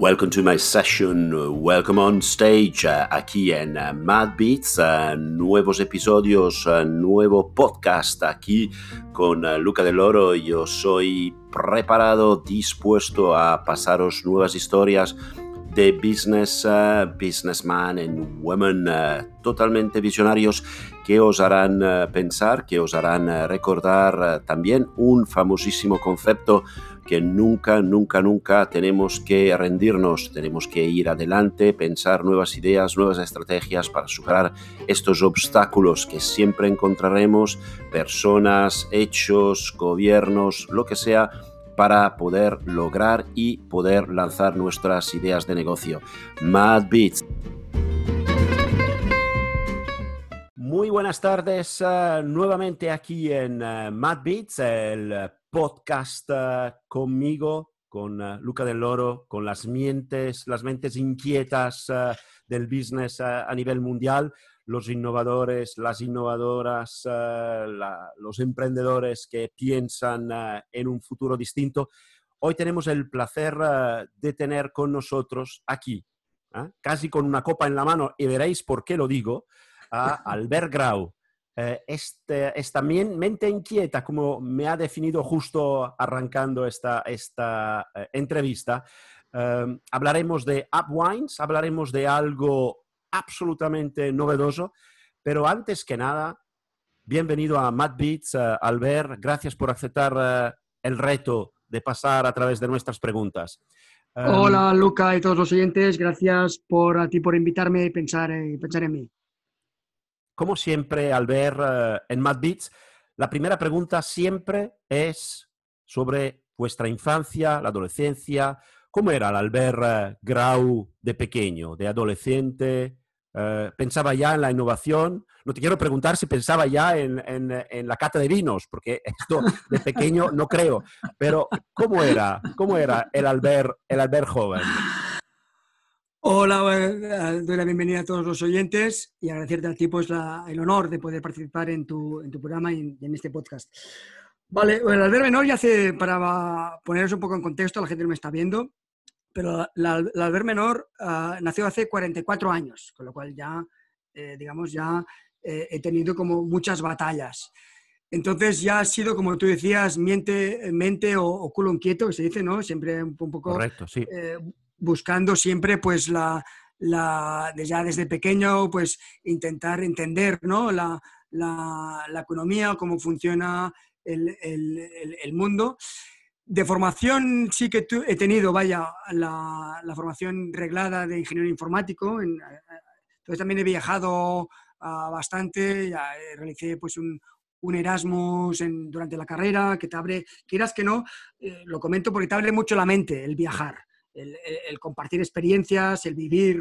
Welcome to my session, welcome on stage, aquí en Mad Beats, nuevos episodios, nuevo podcast aquí con Luca Del Oro. Yo soy preparado, dispuesto a pasaros nuevas historias de businessman and women totalmente visionarios que os harán pensar, que os harán recordar también un famosísimo concepto que nunca tenemos que rendirnos, tenemos que ir adelante, pensar nuevas ideas, nuevas estrategias para superar estos obstáculos que siempre encontraremos, personas, hechos, gobiernos, lo que sea, para poder lograr y poder lanzar nuestras ideas de negocio. Mad Beats. Muy buenas tardes, nuevamente aquí en Mad Beats, el podcast conmigo, con Luca Del Oro, con las mentes inquietas del business a nivel mundial, los innovadores, las innovadoras, los emprendedores que piensan en un futuro distinto. Hoy tenemos el placer de tener con nosotros aquí, casi con una copa en la mano, y veréis por qué lo digo, a Albert Grau. Esta mente inquieta, como me ha definido justo arrancando esta entrevista. Hablaremos de Upwines, hablaremos de algo absolutamente novedoso, pero antes que nada, bienvenido a Mad Beats, Albert. Gracias por aceptar el reto de pasar a través de nuestras preguntas. Hola, Luca y todos los oyentes. Gracias a ti por invitarme y pensar en mí. Como siempre, Albert, en Mad Beats, la primera pregunta siempre es sobre vuestra infancia, la adolescencia. ¿Cómo era el Albert Grau de pequeño, de adolescente? ¿Pensaba ya en la innovación? No te quiero preguntar si pensaba ya en la cata de vinos, porque esto de pequeño no creo. Pero ¿cómo era el Albert joven? Hola, doy la bienvenida a todos los oyentes y agradecerte a ti pues, el honor de poder participar en tu programa y en este podcast. Vale, el Albert menor ya para poneros un poco en contexto, la gente no me está viendo, pero el Albert menor nació hace 44 años, con lo cual ya, he tenido como muchas batallas. Entonces ya ha sido, como tú decías, mente o culo inquieto, que se dice, ¿no? Siempre un poco... Correcto, sí. Buscando siempre, pues, desde pequeño, pues, intentar entender, ¿no? la economía, cómo funciona el mundo. De formación sí que he tenido, la formación reglada de ingeniero informático. Entonces también he viajado bastante, realicé pues un Erasmus durante la carrera, que te abre, quieras que no, lo comento porque te abre mucho la mente, el viajar. El compartir experiencias, el vivir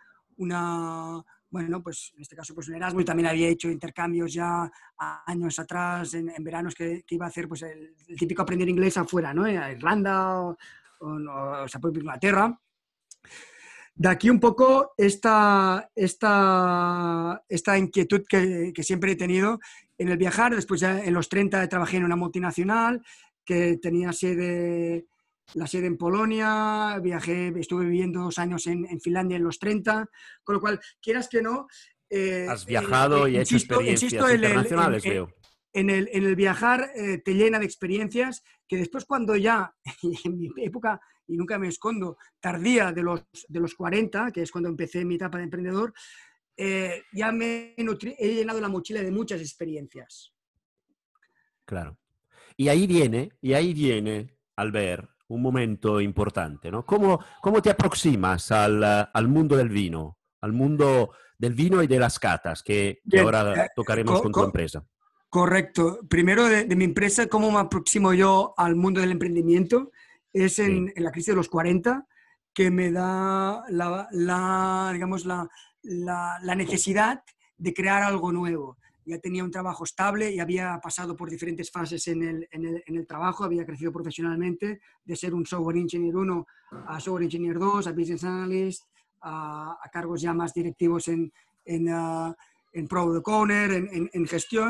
bueno, pues en este caso pues un Erasmus. Y también había hecho intercambios ya años atrás, en veranos, que iba a hacer pues el típico aprender inglés afuera, ¿no? A Irlanda o sea, por Inglaterra. De aquí un poco esta inquietud que siempre he tenido en el viajar. Después ya en los 30 trabajé en una multinacional que tenía la sede en Polonia, estuve viviendo 2 años en Finlandia en los 30, con lo cual, quieras que no... Has viajado y hecho experiencias internacionales, veo. En el viajar te llena de experiencias que después, cuando ya, en mi época, y nunca me escondo, tardía de los 40, que es cuando empecé mi etapa de emprendedor, ya he llenado la mochila de muchas experiencias. Claro. Y ahí viene, Albert, un momento importante, ¿no? ¿Cómo te aproximas al mundo del vino? Al mundo del vino y de las catas, que ahora tocaremos con tu empresa. Correcto. Primero, de mi empresa, ¿cómo me aproximo yo al mundo del emprendimiento? Es en la crisis de los 40, que me da la necesidad de crear algo nuevo. Ya tenía un trabajo estable y había pasado por diferentes fases en el trabajo, había crecido profesionalmente, de ser un software engineer 1 a software engineer 2, a business analyst, a cargos ya más directivos en product owner, en gestión.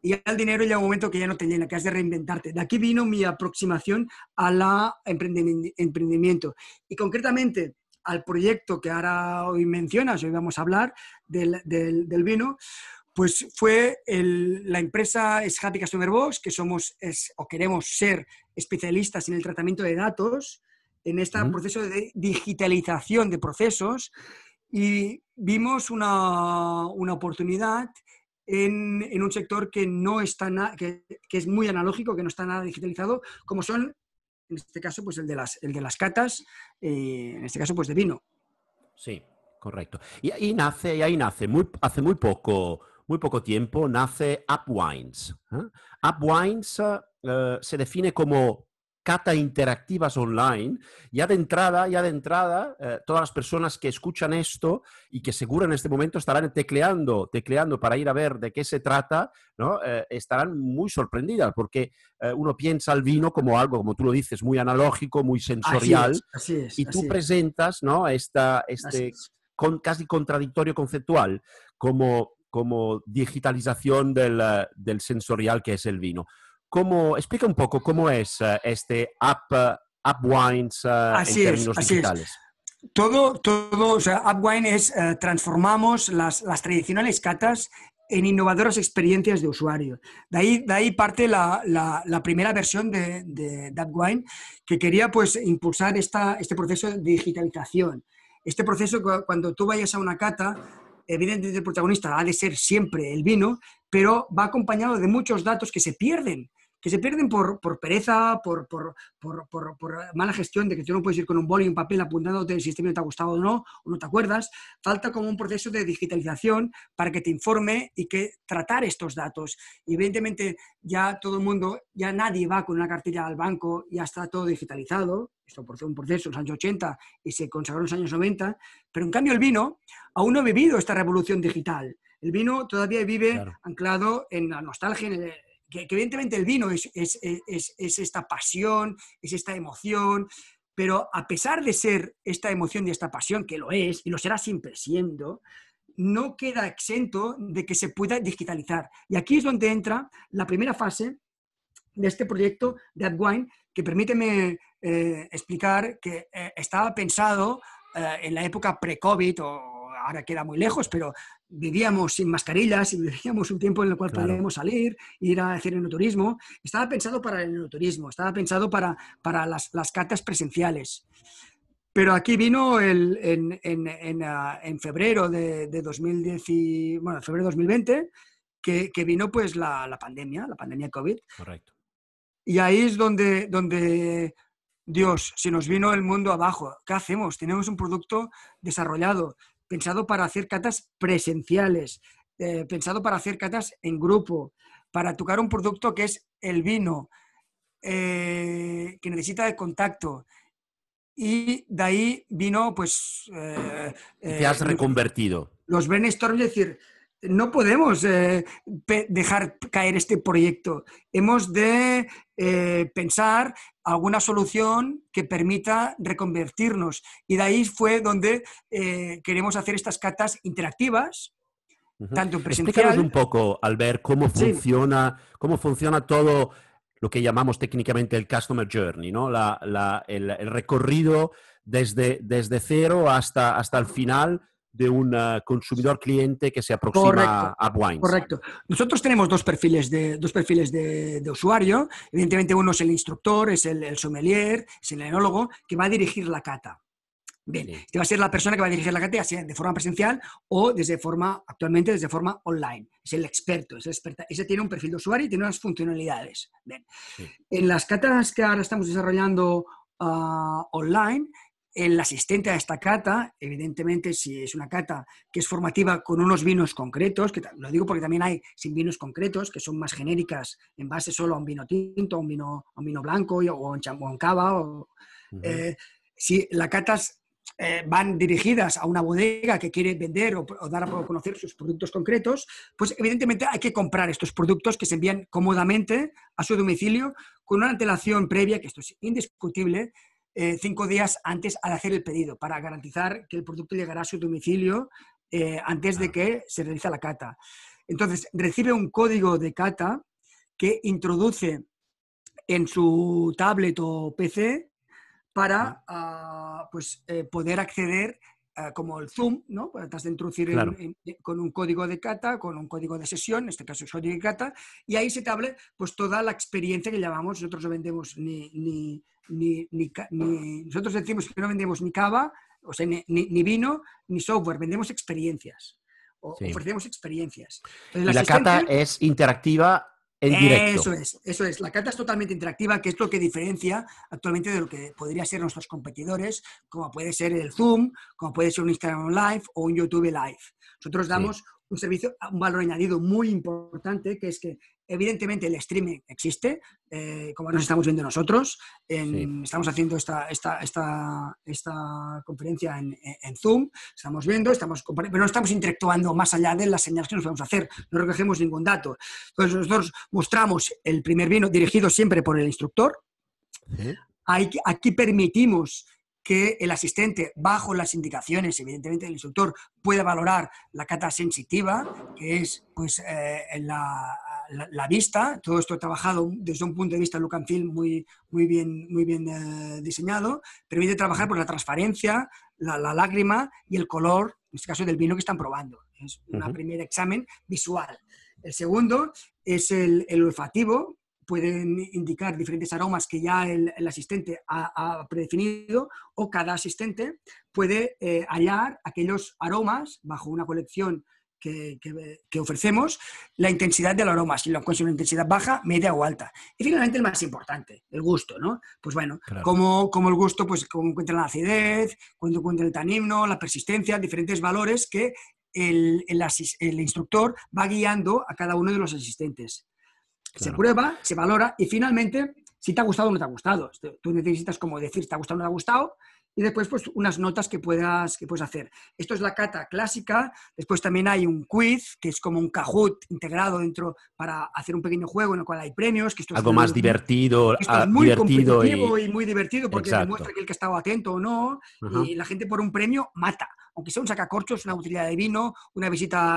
y ya el dinero llega un momento que ya no te llena, que has de reinventarte. De aquí vino mi aproximación a la emprendimiento. Y concretamente al proyecto que ahora hoy mencionas, hoy vamos a hablar del vino, pues fue la empresa es Happy Customer Box, que o queremos ser especialistas en el tratamiento de datos, en este proceso de digitalización de procesos, y vimos una oportunidad en un sector que no está que es muy analógico, que no está nada digitalizado, como son, en este caso, pues el de las catas, en este caso, pues de vino. Sí, correcto. Y ahí nace hace muy poco tiempo, nace UpWines. UpWines se define como cata interactivas online. Ya de entrada, todas las personas que escuchan esto y que seguro en este momento estarán tecleando para ir a ver de qué se trata, ¿no? Estarán muy sorprendidas porque uno piensa al vino como algo, como tú lo dices, muy analógico, muy sensorial. Así es. Y tú presentas, ¿no? Casi contradictorio conceptual como digitalización del sensorial que es el vino. Explica un poco cómo es UpWines en términos digitales. Todo, o sea, UpWine transformamos las tradicionales catas en innovadoras experiencias de usuario. De ahí parte la primera versión de UpWine, que quería pues impulsar este proceso de digitalización. Este proceso, cuando tú vayas a una cata, evidentemente el protagonista ha de ser siempre el vino, pero va acompañado de muchos datos que se pierden por pereza, por mala gestión, de que tú no puedes ir con un boli y un papel apuntándote si este vino te ha gustado o no te acuerdas. Falta como un proceso de digitalización para que te informe y que tratar estos datos. Y evidentemente ya todo el mundo, ya nadie va con una cartilla al banco, ya está todo digitalizado. Esto fue un proceso en los años 80 y se consagró en los años 90, pero en cambio el vino aún no ha vivido esta revolución digital. El vino todavía vive anclado en la nostalgia, que evidentemente el vino es esta pasión, es esta emoción, pero a pesar de ser esta emoción y esta pasión, que lo es y lo será siempre siendo, no queda exento de que se pueda digitalizar. Y aquí es donde entra la primera fase de este proyecto de UpWine, que permíteme explicar que estaba pensado en la época pre-COVID, o ahora queda muy lejos, pero vivíamos sin mascarillas y vivíamos un tiempo en el cual podíamos salir, ir a hacer enoturismo. Estaba pensado para el enoturismo, estaba pensado para las catas presenciales. Pero aquí vino en febrero de 2010, febrero de 2020, que vino pues la pandemia COVID. Correcto. Y ahí es donde Dios, se nos vino el mundo abajo. ¿Qué hacemos? Tenemos un producto desarrollado, pensado para hacer catas presenciales, pensado para hacer catas en grupo, para tocar un producto que es el vino, que necesita de contacto. Y de ahí vino, pues... y te has reconvertido. Los brainstorms, es decir, no podemos dejar caer este proyecto. Hemos de pensar alguna solución que permita reconvertirnos. Y de ahí fue donde queremos hacer estas catas interactivas, tanto presencial... Explícanos un poco, Albert, cómo funciona todo lo que llamamos técnicamente el Customer Journey, ¿no? El recorrido desde cero hasta el final de un consumidor cliente que se aproxima a UpWines. Correcto. Nosotros tenemos dos perfiles de usuario. Evidentemente uno es el instructor, es el sommelier, es el enólogo, que va a dirigir la cata. Bien, este va a ser la persona que va a dirigir la cata, ya sea de forma presencial o actualmente desde forma online. Es el experto, es el experta. Ese tiene un perfil de usuario y tiene unas funcionalidades. Bien. Sí. En las catas que ahora estamos desarrollando online, el asistente a esta cata, evidentemente, si es una cata que es formativa con unos vinos concretos, que lo digo porque también hay sin vinos concretos, que son más genéricas en base solo a un vino tinto, a un vino blanco o en cava. Si las catas van dirigidas a una bodega que quiere vender o dar a conocer sus productos concretos, pues evidentemente hay que comprar estos productos que se envían cómodamente a su domicilio con una antelación previa, que esto es indiscutible, 5 días antes al hacer el pedido, para garantizar que el producto llegará a su domicilio antes de que se realice la cata. Entonces, recibe un código de cata que introduce en su tablet o PC para poder acceder como el Zoom, ¿no? Tratas de introducir Claro, con un código de cata, con un código de sesión, en este caso es código de cata, y ahí se te habla pues toda la experiencia que llamamos. Nosotros no vendemos nosotros decimos que no vendemos ni cava, o sea, ni vino, ni software, vendemos experiencias. sí. Ofrecemos experiencias. Entonces, el Y la cata asistente. es interactiva en directo. Eso es. La cata es totalmente interactiva, que es lo que diferencia actualmente de lo que podría ser nuestros competidores, como puede ser el Zoom, como puede ser un Instagram Live o un YouTube Live. Nosotros Sí, damos un servicio, un valor añadido muy importante, que es que evidentemente el streaming existe, como nos estamos viendo nosotros. sí. Estamos haciendo esta conferencia en Zoom, estamos viendo, pero no estamos interactuando más allá de las señales que nos podemos hacer, no recogemos ningún dato. Entonces nosotros mostramos el primer vino dirigido siempre por el instructor. Sí. Aquí permitimos que el asistente, bajo las indicaciones, evidentemente, del instructor, pueda valorar la cata sensitiva, que es pues, la vista. Todo esto trabajado desde un punto de vista look and feel muy bien diseñado. Permite trabajar por la transparencia, la lágrima y el color, en este caso del vino que están probando. Es un primer examen visual. El segundo es el olfativo. Pueden indicar diferentes aromas que ya el asistente ha predefinido, o cada asistente puede hallar aquellos aromas bajo una colección que ofrecemos, la intensidad del aroma, si lo encuentra una intensidad baja, media o alta. Y finalmente el más importante, el gusto, ¿no? Pues bueno, Claro. como el gusto, pues cómo encuentra la acidez, cuando encuentra el tanino, la persistencia, diferentes valores que el instructor va guiando a cada uno de los asistentes. Claro. Se prueba, se valora y finalmente, si te ha gustado o no te ha gustado. Tú necesitas como decir si te ha gustado o no te ha gustado, y después pues unas notas que puedas hacer. Esto es la cata clásica. Después también hay un quiz, que es como un Kahoot integrado dentro para hacer un pequeño juego en el cual hay premios. Que Algo más divertido, esto es muy divertido competitivo y muy divertido, porque Exacto. demuestra que el que ha estado atento o no, y la gente por un premio mata. Aunque sea un sacacorchos, una botella de vino, una visita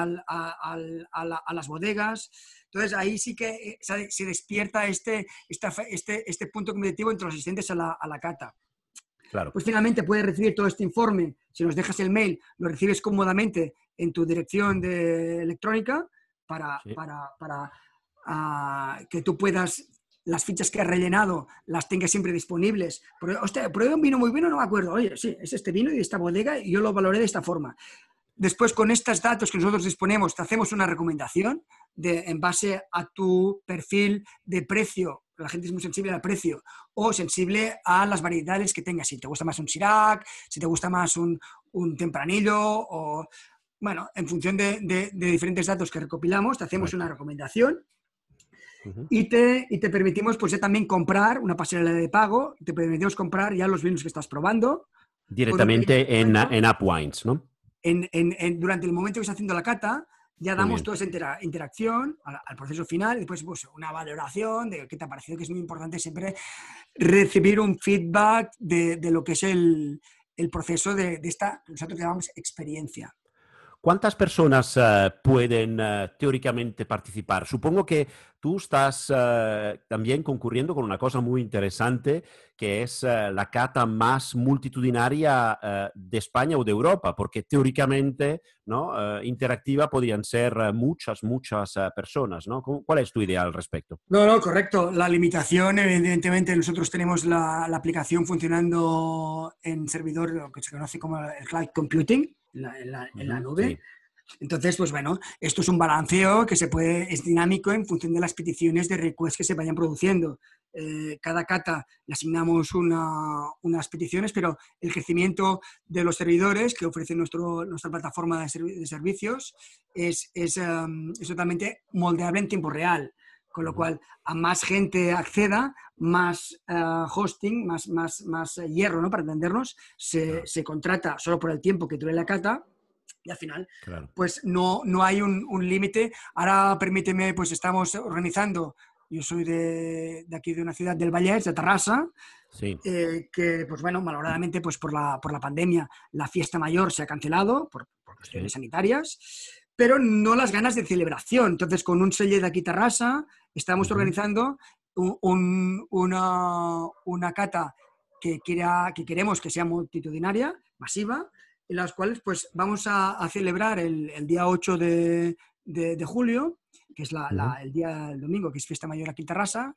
a las bodegas. Entonces ahí sí que se despierta este punto competitivo entre los asistentes a la cata. Claro. Pues finalmente puedes recibir todo este informe. Si nos dejas el mail, lo recibes cómodamente en tu dirección electrónica para que tú puedas, las fichas que has rellenado, las tengas siempre disponibles. Hostia, probé un vino muy bueno, no me acuerdo. Oye, sí, es este vino y de esta bodega y yo lo valoré de esta forma. Después, con estos datos que nosotros disponemos, te hacemos una recomendación en base a tu perfil de precio. La gente es muy sensible al precio o sensible a las variedades que tengas. Si te gusta más un Syrah, si te gusta más un Tempranillo, o bueno, en función de diferentes datos que recopilamos, te hacemos una recomendación. Y te permitimos pues ya también comprar una pasarela de pago. Te permitimos comprar ya los vinos que estás probando. Directamente en AppWines, ¿no? Durante el momento que está haciendo la cata, ya damos toda esa interacción al proceso final, y después pues, una valoración de qué te ha parecido, que es muy importante siempre recibir un feedback de lo que es el proceso de esta, nosotros llamamos experiencia. ¿Cuántas personas pueden teóricamente participar? Supongo que tú estás también concurriendo con una cosa muy interesante, que es la cata más multitudinaria de España o de Europa, porque teóricamente, ¿no? Interactiva podrían ser muchas personas, ¿no? ¿Cuál es tu idea al respecto? No, correcto. La limitación, evidentemente, nosotros tenemos la aplicación funcionando en servidor, lo que se conoce como el cloud computing, en la nube. Sí. Entonces, pues bueno, esto es un balanceo que es dinámico en función de las peticiones de request que se vayan produciendo. Cada cata le asignamos unas peticiones, pero el crecimiento de los servidores que ofrece nuestra plataforma de servicios es totalmente moldeable en tiempo real. Con lo cual, a más gente acceda, más hosting, más hierro, ¿no? Para entendernos, se contrata solo por el tiempo que dure la cata. Y al final, pues no hay un límite. Ahora, permíteme, pues estamos organizando, yo soy de aquí de una ciudad del Vallès, de Terrassa, que, pues bueno, malauradamente, pues por la pandemia, la fiesta mayor se ha cancelado por cuestiones sanitarias, pero no las ganas de celebración. Entonces, con un sello de aquí Terrassa, estamos organizando una cata que queremos que sea multitudinaria, masiva, en las cuales pues, vamos a celebrar el día 8 de julio, que es el domingo, que es Festa Mayor aquí Terrassa,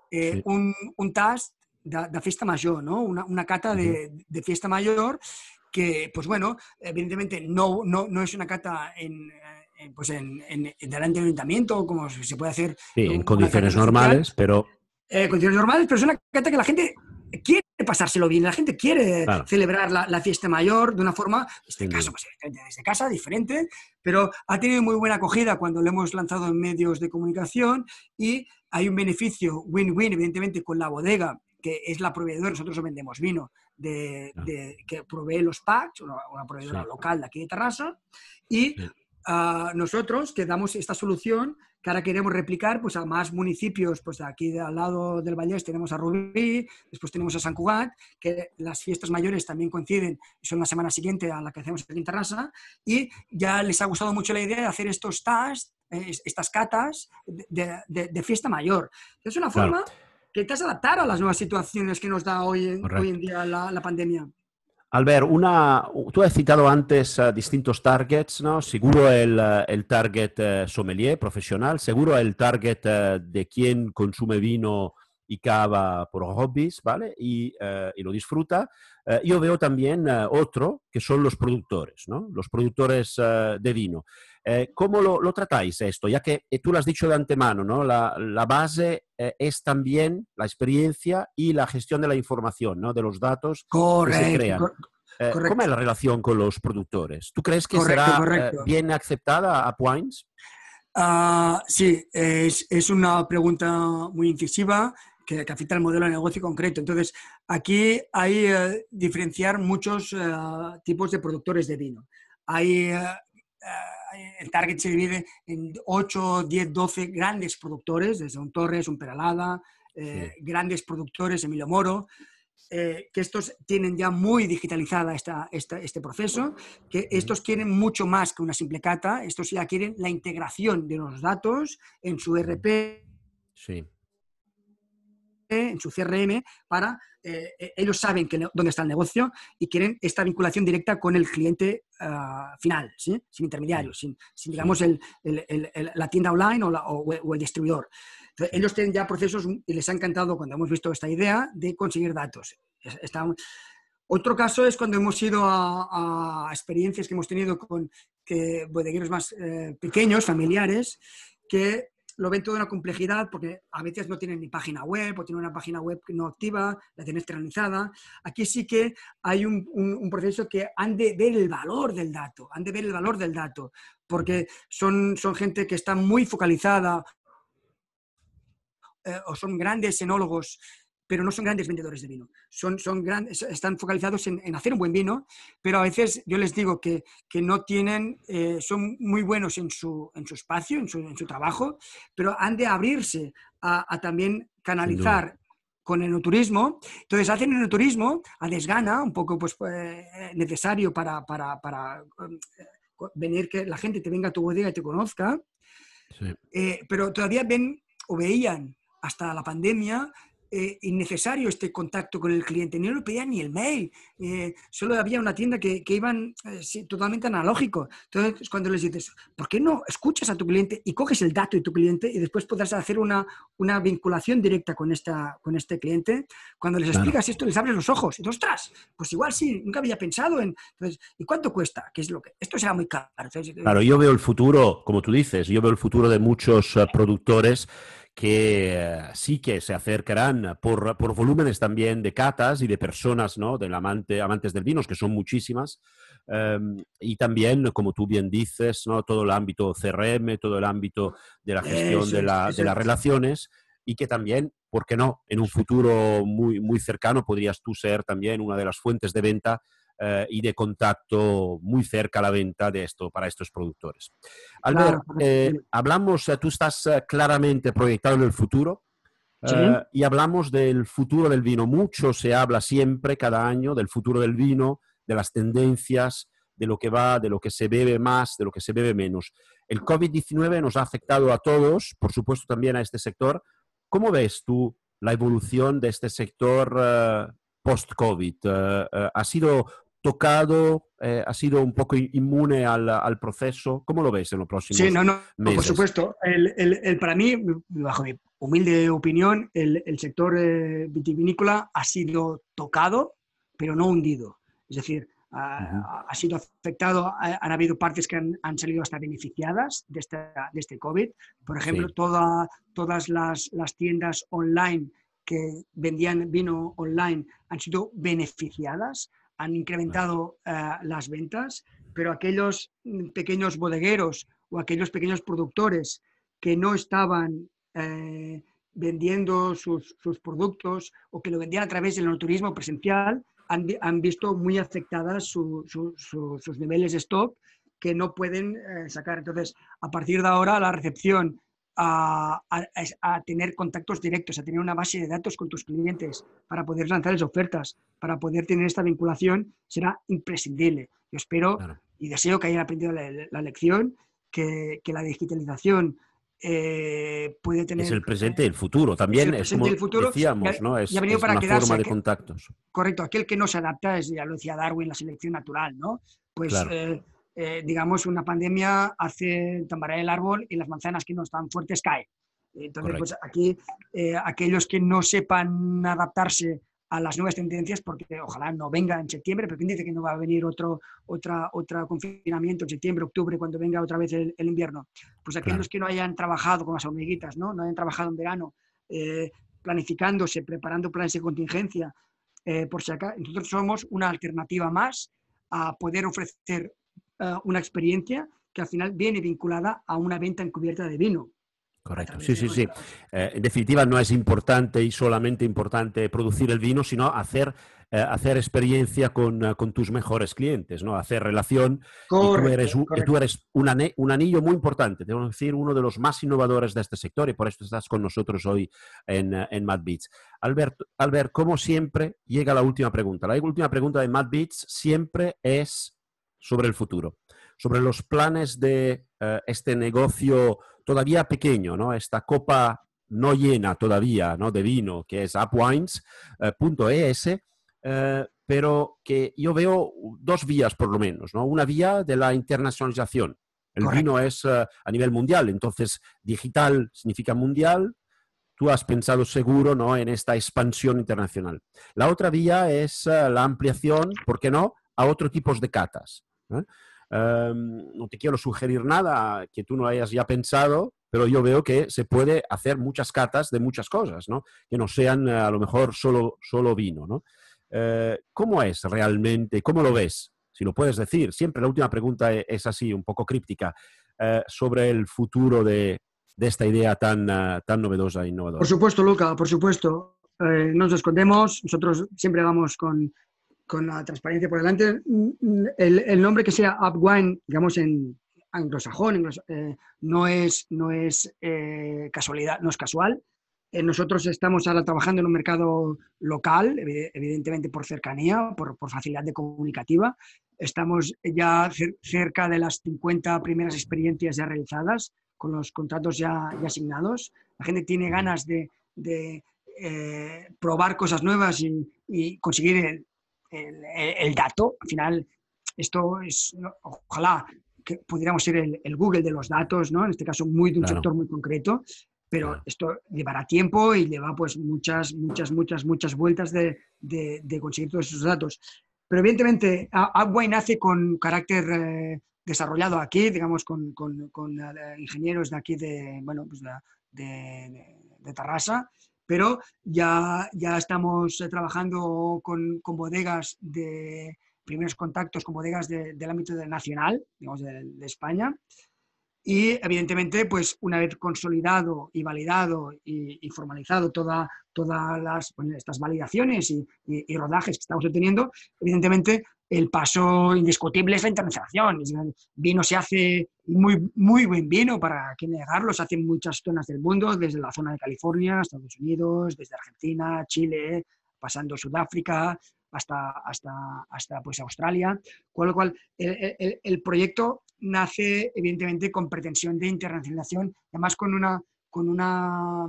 un tast de Festa Mayor, ¿no? Una cata de Fiesta Mayor que, pues bueno, evidentemente no es una cata delante del ayuntamiento, como se puede hacer. Sí, en condiciones normales, pero... condiciones normales, pero es una cata que la gente quiere pasárselo bien, la gente quiere celebrar la fiesta mayor de una forma, desde casa, diferente, pero ha tenido muy buena acogida cuando lo hemos lanzado en medios de comunicación y hay un beneficio win-win, evidentemente, con la bodega, que es la proveedora. Nosotros vendemos vino que provee los packs, una proveedora local de aquí de Terrassa, y nosotros que damos esta solución que ahora queremos replicar pues, a más municipios. Pues aquí al lado del Vallès tenemos a Rubí, después tenemos a Sant Cugat, que las fiestas mayores también coinciden, son la semana siguiente a la que hacemos aquí en Terrassa, y ya les ha gustado mucho la idea de hacer estos tasks, estas catas de fiesta mayor. Es una forma que te has adaptado a las nuevas situaciones que nos da hoy en día la pandemia. Albert, tú has citado antes distintos targets, ¿no? Seguro el target sommelier profesional, seguro el target de quien consume vino y cava por hobbies, ¿vale? Y lo disfruta. Yo veo también otro, que son los productores, ¿no? Los productores de vino. ¿Cómo lo tratáis esto? Ya que tú lo has dicho de antemano, ¿no? La base es también la experiencia y la gestión de la información, ¿no? De los datos que se crean. ¿Cómo es la relación con los productores? ¿Tú crees que será bien aceptada a Points? Sí, es una pregunta muy incisiva que afecta al modelo de negocio concreto. Entonces, aquí hay diferenciar muchos tipos de productores de vino. El target se divide en 8, 10, 12 grandes productores, desde un Torres, un Peralada, grandes productores, Emilio Moro, que estos tienen ya muy digitalizada este proceso, que estos quieren mucho más que una simple cata, estos ya quieren la integración de los datos en su ERP, en su CRM, para ellos saben dónde está el negocio y quieren esta vinculación directa con el cliente final, ¿sí? Sin intermediarios, sin digamos, la tienda online o el distribuidor. Entonces, ellos tienen ya procesos y les ha encantado cuando hemos visto esta idea de conseguir datos. Otro caso es cuando hemos ido a experiencias que hemos tenido con bodegueros más pequeños, familiares, que lo ven toda una complejidad porque a veces no tienen ni página web o tienen una página web no activa, la tienen externalizada. Aquí sí que hay un proceso que han de ver el valor del dato, porque son gente que está muy focalizada o son grandes enólogos, pero no son grandes vendedores de vino. Están focalizados en hacer un buen vino, pero a veces yo les digo que no tienen, son muy buenos en su espacio, en su trabajo, pero han de abrirse a también canalizar con el enoturismo. Entonces hacen enoturismo a desgana, un poco pues, necesario para venir, que la gente te venga a tu bodega y te conozca, pero todavía ven o veían hasta la pandemia innecesario este contacto con el cliente. No lo pedían ni el mail. Solo había una tienda que iban totalmente analógico. Entonces, cuando les dices, ¿por qué no escuchas a tu cliente y coges el dato de tu cliente y después podrás hacer una vinculación directa con este cliente? Cuando les explicas esto, les abres los ojos. Y ¡ostras! Pues igual sí, nunca había pensado en... Entonces, ¿y cuánto cuesta? ¿Qué es lo que? Esto será muy caro. Entonces, claro, yo veo el futuro, como tú dices, yo veo el futuro de muchos productores que sí que se acercarán por volúmenes también de catas y de personas, ¿no? Amantes del vino, que son muchísimas, y también, como tú bien dices, ¿no? Todo el ámbito CRM, todo el ámbito de la gestión de las relaciones, y que también, ¿por qué no? En un futuro muy, muy cercano podrías tú ser también una de las fuentes de venta y de contacto muy cerca a la venta para estos productores. Albert, hablamos, tú estás claramente proyectado en el futuro y hablamos del futuro del vino. Mucho se habla siempre, cada año, del futuro del vino, de las tendencias, de lo que va, de lo que se bebe más, de lo que se bebe menos. El COVID-19 nos ha afectado a todos, por supuesto también a este sector. ¿Cómo ves tú la evolución de este sector post-COVID? ¿Ha sido tocado, ha sido un poco inmune al proceso? ¿Cómo lo ves en los Sí, próximos no, por meses? supuesto. Para mí, bajo mi humilde opinión, el sector vitivinícola ha sido tocado, pero no hundido. Es decir, Ujú. ha sido afectado, han habido partes que han salido hasta beneficiadas de este COVID. Por ejemplo, Sí, todas las tiendas online que vendían vino online han sido beneficiadas, han claro, incrementado las ventas, pero aquellos pequeños bodegueros o aquellos pequeños productores que no estaban vendiendo sus productos o que lo vendían a través del turismo presencial han visto muy afectadas sus niveles de stock que no pueden sacar. Entonces, a partir de ahora, la recepción a tener contactos directos, a tener una base de datos con tus clientes para poder lanzarles ofertas, para poder tener esta vinculación, será imprescindible. Yo espero claro. y deseo que hayan aprendido la lección, que la digitalización puede Es tener, el presente y el futuro. es También el es presente y el como futuro, decíamos, ¿no? y ha venido Es para una quedarse. forma de contactos. Correcto, aquel que no se adapta, ya lo decía Darwin, la selección natural, ¿no? Pues, Claro, digamos, una pandemia hace tambalear el árbol y las manzanas que no están fuertes caen. Entonces, pues correcto. aquí, aquellos que no sepan adaptarse a las nuevas tendencias, porque ojalá no venga en septiembre, pero ¿quién dice que no va a venir otro confinamiento en septiembre, octubre, cuando venga otra vez el invierno? Pues Claro. aquellos que no hayan trabajado con las hormiguitas, ¿no? No hayan trabajado en verano, planificándose, preparando planes de contingencia, por si acá, nosotros somos una alternativa más a poder ofrecer una experiencia que al final viene vinculada a una venta encubierta de vino a Correcto, través sí, de sí, sí. nuestras... En definitiva, no es importante y solamente importante producir el vino, sino hacer experiencia con tus mejores clientes, ¿no? Hacer relación y Correcto, tú correcto. eres un anillo muy importante, tengo que decir, uno de los más innovadores de este sector y por eso estás con nosotros hoy en Mad Beats. Albert, como siempre, llega la última pregunta. La última pregunta de Mad Beats siempre es sobre el futuro, sobre los planes de este negocio todavía pequeño, ¿no? Esta copa no llena todavía, ¿no? De vino, que es upwines.es, pero que yo veo dos vías por lo menos, ¿no? Una vía de la internacionalización. El vino Correcto. es a nivel mundial, entonces digital significa mundial. Tú has pensado seguro, ¿no? En esta expansión internacional. La otra vía es la ampliación, ¿por qué no?, a otros tipos de catas. ¿Eh? No te quiero sugerir nada que tú no hayas ya pensado, pero yo veo que se puede hacer muchas catas de muchas cosas, ¿no? Que no sean a lo mejor solo vino, ¿no? ¿Cómo es realmente? ¿Cómo lo ves? Si lo puedes decir. Siempre la última pregunta es así, un poco críptica, sobre el futuro de esta idea tan novedosa e Por innovadora. supuesto, Luca, por supuesto. No nos escondemos, nosotros siempre vamos con la transparencia por delante. El nombre que sea Upwine, digamos en anglosajón, no es casualidad, no es casual. Nosotros estamos ahora trabajando en un mercado local, evidentemente por cercanía, por facilidad de comunicativa. Estamos ya cerca de las 50 primeras experiencias ya realizadas, con los contratos ya asignados. La gente tiene Ujú. ganas de probar cosas nuevas y conseguir el dato. Al final, esto es, ¿no? Ojalá que pudiéramos ser el Google de los datos, ¿no? En este caso, muy de un Claro, sector muy concreto, pero claro. esto llevará tiempo y lleva pues muchas vueltas de conseguir todos esos datos. Pero evidentemente, Upwine nace con carácter desarrollado aquí, digamos, con ingenieros de aquí bueno, pues de Tarrasa, pero ya estamos trabajando con bodegas primeros contactos con bodegas del ámbito nacional, digamos, de España. Y evidentemente, pues una vez consolidado y validado y formalizado todas estas validaciones y rodajes que estamos obteniendo, evidentemente el paso indiscutible es la internacionalización. El vino se hace muy, muy buen vino, para qué negarlo, se hace en muchas zonas del mundo, desde la zona de California, Estados Unidos, desde Argentina, Chile, pasando Sudáfrica, hasta pues Australia, con lo cual el proyecto nace evidentemente con pretensión de internacionalización, además con una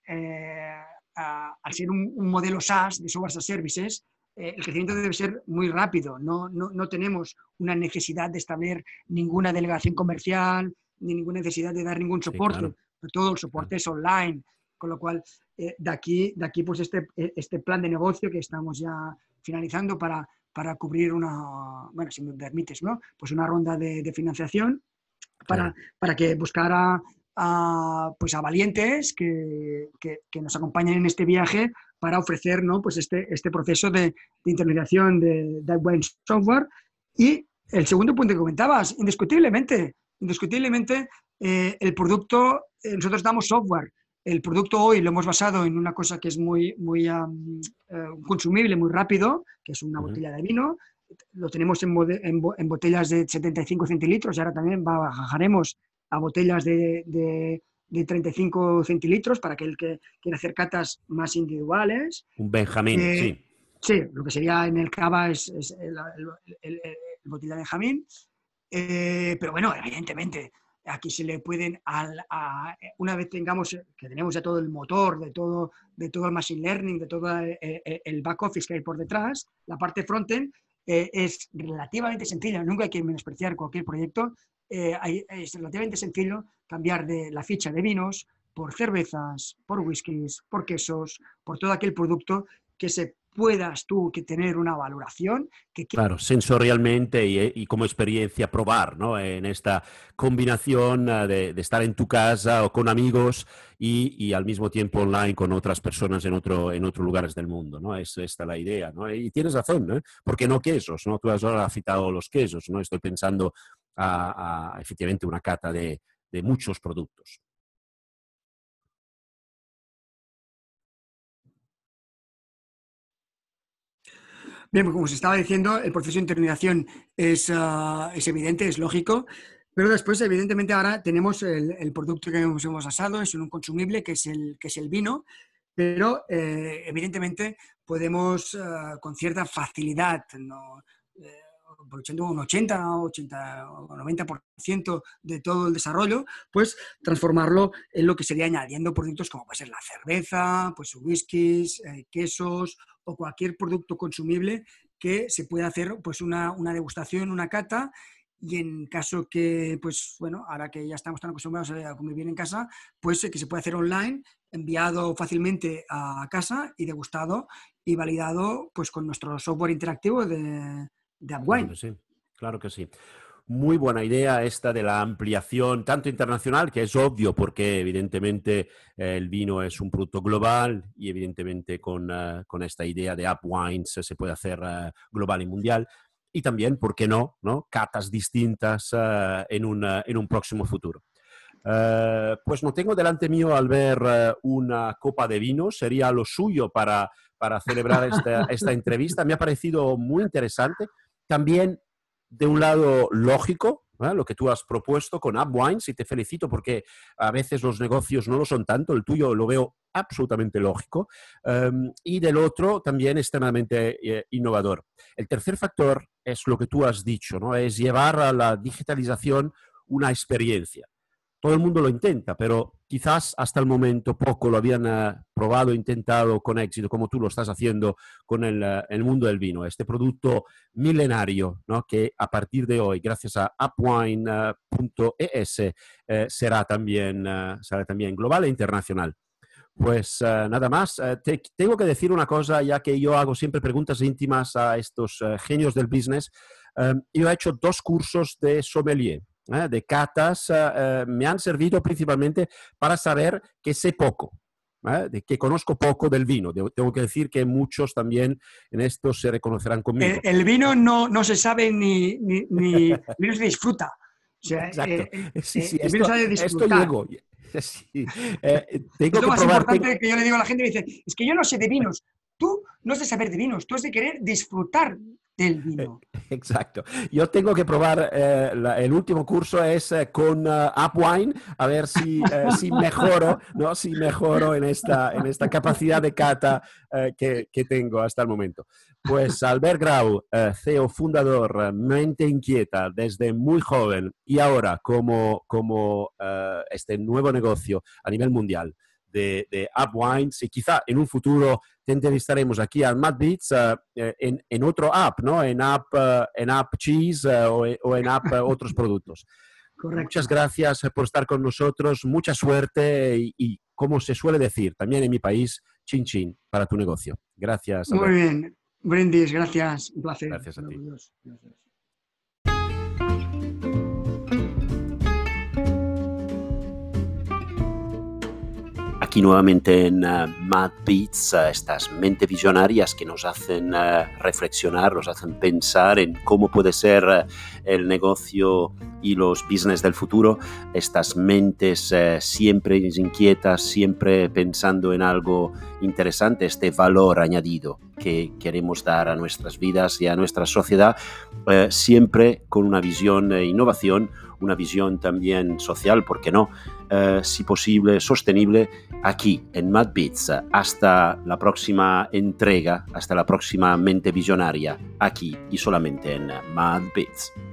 al ser un modelo SaaS, de Software as a Services, el crecimiento debe ser muy rápido. No tenemos una necesidad de establecer ninguna delegación comercial, ni ninguna necesidad de dar ningún soporte. claro. Todo el soporte es online, con lo cual de aquí pues este plan de negocio que estamos ya finalizando para cubrir bueno, si me permites, ¿no? Pues una ronda de financiación para que buscara pues a valientes que nos acompañen en este viaje para ofrecer, ¿no? Pues este proceso de intermediación de AppWine Software. Y el segundo punto que comentabas, indiscutiblemente el producto, nosotros damos software. El producto hoy lo hemos basado en una cosa que es muy consumible, muy rápido, que es una botella de vino. Lo tenemos en botellas de 75 centilitros y ahora también bajaremos a botellas de 35 centilitros para aquel que quiera hacer catas más individuales. Un Benjamín, sí. Sí, lo que sería en el cava es el botella de Benjamín. Pero bueno, evidentemente, aquí se le pueden, una vez que tenemos ya todo el motor, de todo el machine learning, de todo el back office que hay por detrás, la parte frontend es relativamente sencilla, nunca hay que menospreciar cualquier proyecto, es relativamente sencillo cambiar de la ficha de vinos por cervezas, por whiskies, por quesos, por todo aquel producto que puedas tú que tener una valoración. Claro, sensorialmente y como experiencia probar, ¿no? En esta combinación de estar en tu casa o con amigos y al mismo tiempo online con otras personas en otros lugares del mundo, ¿no? Esta es la idea, ¿no? Y tienes razón, ¿no? ¿Por qué no quesos, no? Tú has ahora citado los quesos, ¿no? Estoy pensando a efectivamente una cata de muchos productos. Bien, pues como se estaba diciendo, el proceso de intermediación es evidente, es lógico, pero después, evidentemente, ahora tenemos el producto que hemos basado, es un consumible, que es el vino, pero evidentemente podemos con cierta facilidad, ¿no? Aprovechando un 80 o 90% de todo el desarrollo, pues transformarlo en lo que sería añadiendo productos como puede ser la cerveza, pues whiskies, quesos o cualquier producto consumible que se pueda hacer pues una degustación, una cata. Y en caso que, pues bueno, ahora que ya estamos tan acostumbrados a convivir en casa, pues que se puede hacer online, enviado fácilmente a casa y degustado y validado pues con nuestro software interactivo de AppWine. Claro que sí, claro que sí. Muy buena idea esta de la ampliación, tanto internacional, que es obvio porque evidentemente el vino es un producto global y evidentemente con esta idea de AppWines se puede hacer global y mundial. Y también, ¿por qué no? Catas distintas en un próximo futuro. Pues no tengo delante mío al ver una copa de vino, sería lo suyo para celebrar esta entrevista. Me ha parecido muy interesante. También, de un lado, lógico, lo que tú has propuesto con AppWines, y te felicito porque a veces los negocios no lo son tanto, el tuyo lo veo absolutamente lógico, y del otro también extremadamente innovador. El tercer factor es lo que tú has dicho, ¿no? Es llevar a la digitalización una experiencia. Todo el mundo lo intenta, pero quizás hasta el momento poco lo habían probado, intentado con éxito, como tú lo estás haciendo con el mundo del vino. Este producto milenario, ¿no? Que a partir de hoy, gracias a appwine.es, será también global e internacional. Pues nada más, tengo que decir una cosa, ya que yo hago siempre preguntas íntimas a estos genios del business. Yo he hecho 2 cursos de sommelier. De catas, me han servido principalmente para saber que sé poco, de que conozco poco del vino. Tengo que decir que muchos también en esto se reconocerán conmigo. El vino no se sabe ni el vino se disfruta. O sea, exacto. Sí, el vino se debe disfrutar. Esto llego. Sí. Es lo más importante que yo le digo a la gente, me dice, es que yo no sé de vinos. Tú no has de saber de vinos, tú has de querer disfrutar del vino. Exacto. Yo tengo que probar, el último curso es con Upwine, a ver si mejoro, ¿no? Si mejoro en esta capacidad de cata que tengo hasta el momento. Pues Albert Grau, CEO fundador, mente inquieta desde muy joven y ahora como este nuevo negocio a nivel mundial de Upwines, y quizá en un futuro te entrevistaremos aquí a Mad Beats en otro app, ¿no? En app Cheese o en app otros productos. Correcto. Muchas gracias por estar con nosotros, mucha suerte y como se suele decir también en mi país, chin chin para tu negocio. Gracias, Albert. Muy bien, brindis, gracias, un placer. Gracias a ti. Adiós. Aquí nuevamente en Mad Beats, estas mentes visionarias que nos hacen reflexionar, nos hacen pensar en cómo puede ser el negocio y los business del futuro. Estas mentes siempre inquietas, siempre pensando en algo interesante, este valor añadido que queremos dar a nuestras vidas y a nuestra sociedad, siempre con una visión de innovación, una visión también social, ¿por qué no? Si posible, sostenible, aquí en Mad Beats. Hasta la próxima entrega, hasta la próxima mente visionaria, aquí y solamente en Mad Beats.